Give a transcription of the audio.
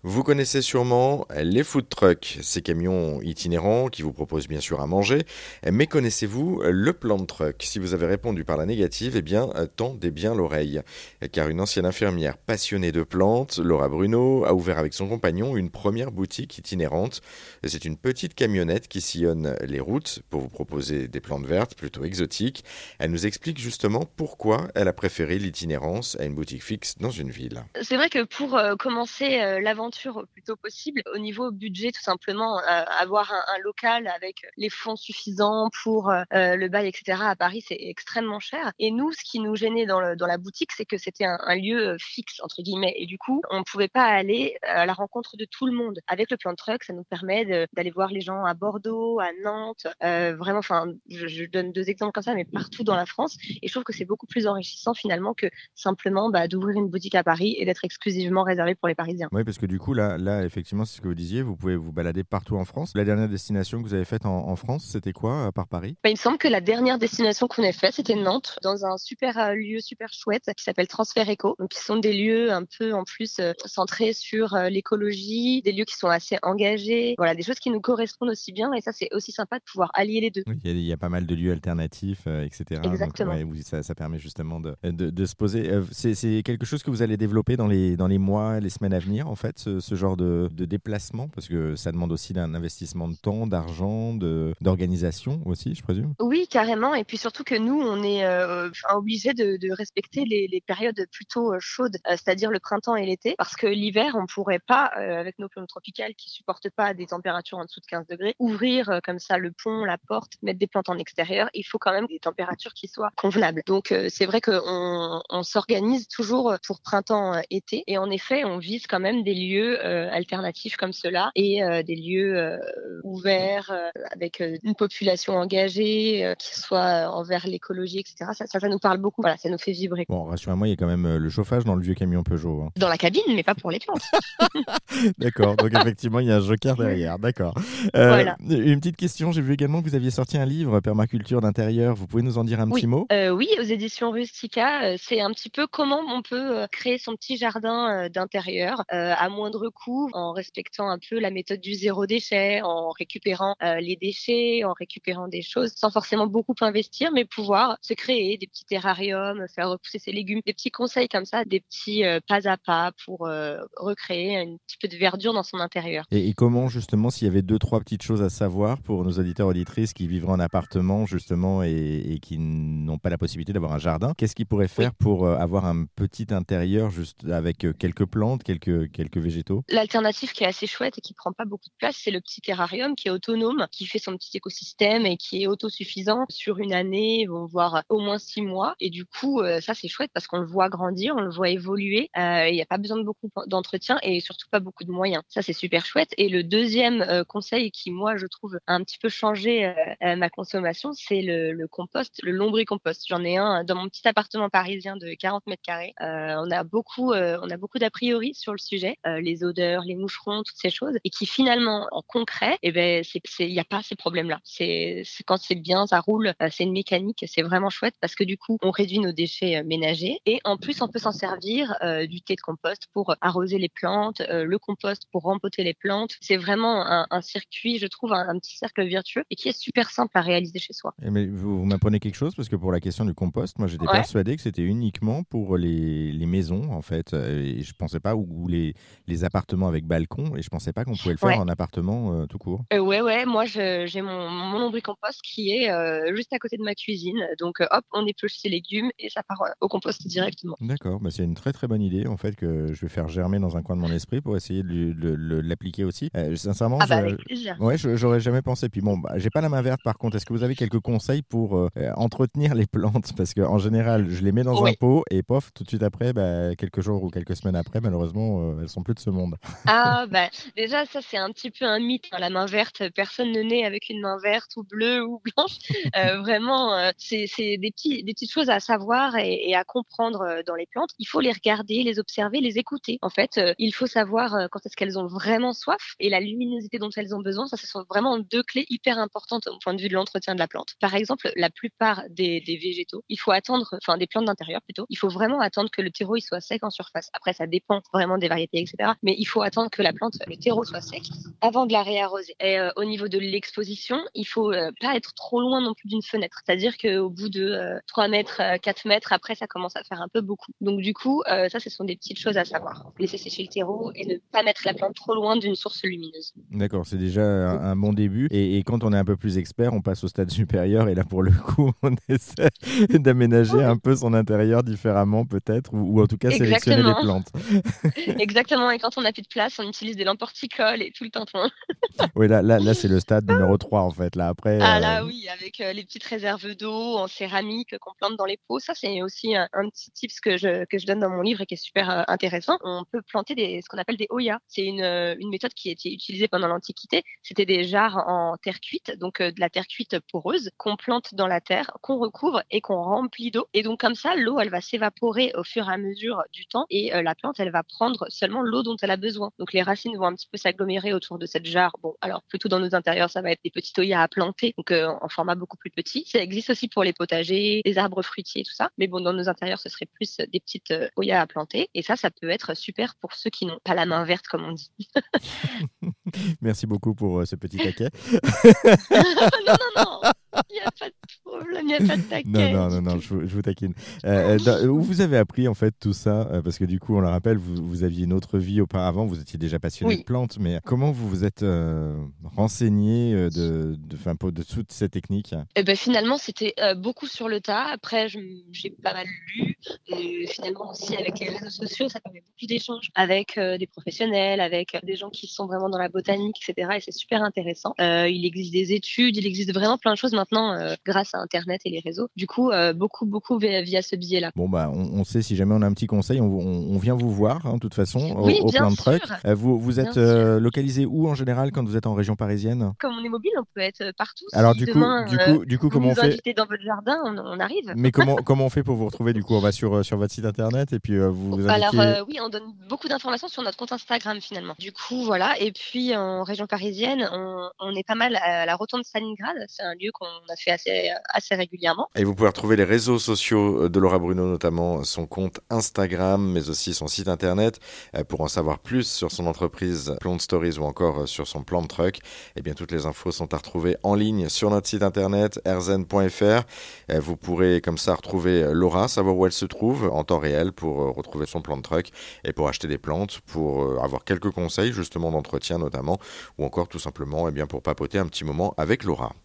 Vous connaissez sûrement les food trucks, ces camions itinérants qui vous proposent bien sûr à manger, mais connaissez-vous le plan truck? Si vous avez répondu par la négative, eh bien, tendez bien l'oreille, car une ancienne infirmière passionnée de plantes, Laura Bruno, a ouvert avec son compagnon une première boutique itinérante. C'est une petite camionnette qui sillonne les routes pour vous proposer des plantes vertes plutôt exotiques. Elle nous explique justement pourquoi elle a préféré l'itinérance à une boutique fixe dans une ville. C'est vrai que pour, commencer, l'aventure au plus tôt possible, au niveau budget tout simplement, avoir un local avec les fonds suffisants pour, le bail et cetera à Paris, c'est extrêmement cher et nous, ce qui nous gênait dans la boutique, c'est que c'était un lieu, «fixe» entre guillemets et du coup, on ne pouvait pas aller à la rencontre de tout le monde. Avec le plan de truck, ça nous permet d'aller voir les gens à Bordeaux, à Nantes, vraiment enfin, je donne 2 exemples comme ça, mais partout dans la France et je trouve que c'est beaucoup plus enrichissant finalement que simplement, d'ouvrir une boutique à Paris et d'être exclusivement réservé pour les Parisiens. Oui, parce que du coup, là, effectivement, c'est ce que vous disiez, vous pouvez vous balader partout en France. La dernière destination que vous avez faite en France, c'était quoi, à part Paris? Il me semble que la dernière destination qu'on ait faite, c'était Nantes, dans un super, lieu super chouette qui s'appelle Transfert Éco. Donc qui sont des lieux un peu en plus, centrés sur, l'écologie, des lieux qui sont assez engagés. Voilà, des choses qui nous correspondent aussi bien et ça, c'est aussi sympa de pouvoir allier les 2. Oui, il y a pas mal de lieux alternatifs, et cetera, donc Exactement. ouais, oui, ça permet justement de se poser. C'est quelque chose que vous allez développer dans les mois, les semaines à venir, en fait, ce genre de déplacement? Parce que ça demande aussi d'un investissement de temps, d'argent, d'organisation aussi, je présume? Oui, carrément et puis surtout que nous, on est, enfin obligés de respecter les périodes plutôt, chaudes, c'est-à-dire le printemps et l'été parce que l'hiver, on pourrait pas, avec nos plantes tropicales qui supportent pas des températures en dessous de 15 degrés, ouvrir, comme ça le pont, la porte, mettre des plantes en extérieur. Il faut quand même des températures qui soient convenables. Donc c'est vrai qu'on s'organise toujours, pour printemps, été et en effet, on vise quand même des lieux, alternatifs comme ceux-là et des lieux, ouverts, avec, une population engagée, qui soit, envers l'écologie et cetera. Ça nous parle beaucoup. Voilà, ça nous fait vibrer. Bon, rassurez-moi, il y a quand même, le chauffage dans le vieux camion Peugeot, hein? Dans la cabine, mais pas pour les plantes. D'accord, donc effectivement, il y a un joker derrière, d'accord. Voilà. Une petite question, j'ai vu également que vous aviez sorti un livre, Permaculture d'intérieur. Vous pouvez nous en dire un petit Oui, mot? oui, aux éditions Rustica, c'est un petit peu comment on peut, créer son petit jardin, d'intérieur, à moindre coût, en respectant un peu la méthode du zéro déchet, en récupérant, les déchets, en récupérant des choses sans forcément beaucoup investir, mais pouvoir se créer des petits terrariums, faire repousser ses légumes, des petits conseils comme ça, des petits, pas à pas pour, recréer un petit peu de verdure dans son intérieur. Et comment justement, s'il y avait deux, trois petites choses à savoir pour nos auditeurs auditrices qui vivraient en appartement justement et qui n'ont pas la possibilité d'avoir un jardin, qu'est-ce qu'ils pourraient Oui. faire pour avoir un petit intérieur juste avec quelques plantes, quelques végétaux? L'alternative qui est assez chouette et qui prend pas beaucoup de place, c'est le petit terrarium qui est autonome, qui fait son petit écosystème et qui est autosuffisant sur une année, voire au moins 6 mois et du coup, ça c'est chouette parce qu'on le voit grandir, on le voit évoluer, il y a pas besoin de beaucoup d'entretien et surtout pas beaucoup de moyens. Ça c'est super chouette et le deuxième conseil qui moi je trouve a un petit peu changé, ma consommation, c'est le compost, le lombricompost. J'en ai un dans mon petit appartement parisien de 40 m². On a beaucoup d'a priori sur le sujet, les odeurs, les moucherons, toutes ces choses, et qui finalement, en concret, eh ben, il y a pas ces problèmes-là. C'est quand c'est bien, ça roule, c'est une mécanique, c'est vraiment chouette parce que du coup, on réduit nos déchets ménagers et en plus, on peut s'en servir du thé de compost pour arroser les plantes, le compost pour rempoter les plantes. C'est vraiment un circuit, je trouve, un petit cercle vertueux et qui est super simple à réaliser chez soi. Eh, mais vous m'apprenez quelque chose parce que pour la question du compost, moi j'étais Ouais. persuadé que c'était uniquement pour les maisons en fait, et je pensais pas ou les appartements avec balcon et je pensais pas qu'on pouvait le faire Ouais. en appartement tout court. Ouais, moi j'ai mon lombricompost qui est, juste à côté de ma cuisine, donc hop, on épluche ses légumes et ça part, au compost directement. D'accord, bah, c'est une très très bonne idée en fait que je vais faire germer dans un coin de mon esprit pour essayer de l'appliquer aussi. Sincèrement, Ah bah, avec plaisir. ouais, j'aurais jamais pensé. Puis bon, bah, j'ai pas la main verte par contre. Est-ce que vous avez quelques conseils pour entretenir les plantes? Parce qu'en général, je les mets dans un Oui. pot et pof, tout de suite après, bah, quelques jours ou quelques semaines après, malheureusement, elles sont plus de ce monde. Ah bah, déjà ça c'est un petit peu un mythe, hein, la main verte, personne ne naît avec une main verte ou bleue ou blanche. Vraiment, c'est des petites choses à savoir et à comprendre, dans les plantes. Il faut les regarder, les observer, les écouter. En fait, il faut savoir, quand est-ce qu'elles ont vraiment soif et la luminosité dont elles ont besoin. Ça, ce sont vraiment 2 clés hyper importantes au point de vue de l'entretien de la plante. Par exemple, la plupart des végétaux, il faut attendre enfin des plantes d'intérieur plutôt, il faut vraiment attendre que le terreau il soit sec en surface. Après ça dépend vraiment des variétés et cetera, Mais il faut attendre que la plante, le terreau soit sec avant de la réarroser. Et au niveau de l'exposition, il faut pas être trop loin non plus d'une fenêtre. C'est-à-dire qu'au bout de 3 mètres, 4 mètres, après, ça commence à faire un peu beaucoup. Donc du coup, ça, ce sont des petites choses à savoir. Laisser sécher le terreau et ne pas mettre la plante trop loin d'une source lumineuse. D'accord, c'est déjà un bon début. Et quand on est un peu plus expert, on passe au stade supérieur. Et là, pour le coup, on essaie d'aménager un peu son intérieur différemment, peut-être, ou en tout cas sélectionner les plantes. Exactement. Et quand on n'a plus de place, on utilise des lampes horticoles et tout le tintouin. Oui, là, c'est le stade numéro 3, en fait. Là, après, Ah là, oui, avec les petites réserves d'eau en céramique qu'on plante dans les pots. Ça, c'est aussi un petit tips que je donne dans mon livre et qui est super intéressant. On peut planter ce qu'on appelle des oyas. C'est une méthode qui a été utilisée pendant l'Antiquité. C'était des jarres en terre cuite, donc de la terre cuite poreuse, qu'on plante dans la terre, qu'on recouvre et qu'on remplit d'eau. Et donc comme ça, l'eau, elle va s'évaporer au fur et à mesure du temps et la plante, elle va prendre seulement l'eau dont elle a besoin. Donc les racines vont un petit peu s'agglomérer autour de cette jarre. Bon, alors plutôt dans nos intérieurs, ça va être des petits oyas à planter, donc en format beaucoup plus petit. Ça existe aussi pour les potagers, les arbres fruitiers, tout ça. Mais bon, dans nos intérieurs, ce serait plus des petites oyas à planter. Et ça peut être super pour ceux qui n'ont pas la main verte, comme on dit. Merci beaucoup pour ce petit taquet. Non. Il n'y a pas de problème, il n'y a pas de taquet. Non, je vous taquine. Où vous avez appris en fait tout ça parce que du coup, on le rappelle, vous aviez une autre vie auparavant, vous étiez déjà passionné de plantes, mais comment vous vous êtes renseigné de toutes ces techniques? Finalement, c'était beaucoup sur le tas. Après, j'ai pas mal lu. Et finalement aussi, avec les réseaux sociaux, ça permet beaucoup d'échanges avec des professionnels, avec des gens qui sont vraiment dans la botanique, etc. Et c'est super intéressant. Il existe des études, il existe vraiment plein de choses maintenant grâce à Internet et les réseaux. Du coup, beaucoup via ce biais-là. Bon, on sait, si jamais on a un petit conseil, on vient vous voir, de toute façon, au bien Plant sûr. Truck. Vous êtes localisé où en général quand vous êtes en région parisienne? Comme on est mobile, on peut être partout. Alors si du demain, coup, comment on fait? Vous nous invitez dans votre jardin, on arrive. Mais comment on fait pour vous retrouver? Du coup, on va sur votre site internet et puis vous indiquez... Alors oui, on donne beaucoup d'informations sur notre compte Instagram finalement. Du coup, voilà. Et puis en région parisienne, on est pas mal à la Rotonde Stalingrad. C'est un lieu qu'on a fait assez régulièrement. Et vous pouvez retrouver les réseaux sociaux de Laura Bruno, notamment son compte Instagram, mais aussi son site internet, pour en savoir plus sur son entreprise Plant Stories ou encore sur son Plant Truck. Eh bien, toutes les infos sont à retrouver en ligne sur notre site internet rzn.fr. Vous pourrez comme ça retrouver Laura, savoir où elle se trouve en temps réel pour retrouver son Plant Truck et pour acheter des plantes, pour avoir quelques conseils justement d'entretien notamment, ou encore tout simplement pour papoter un petit moment avec Laura.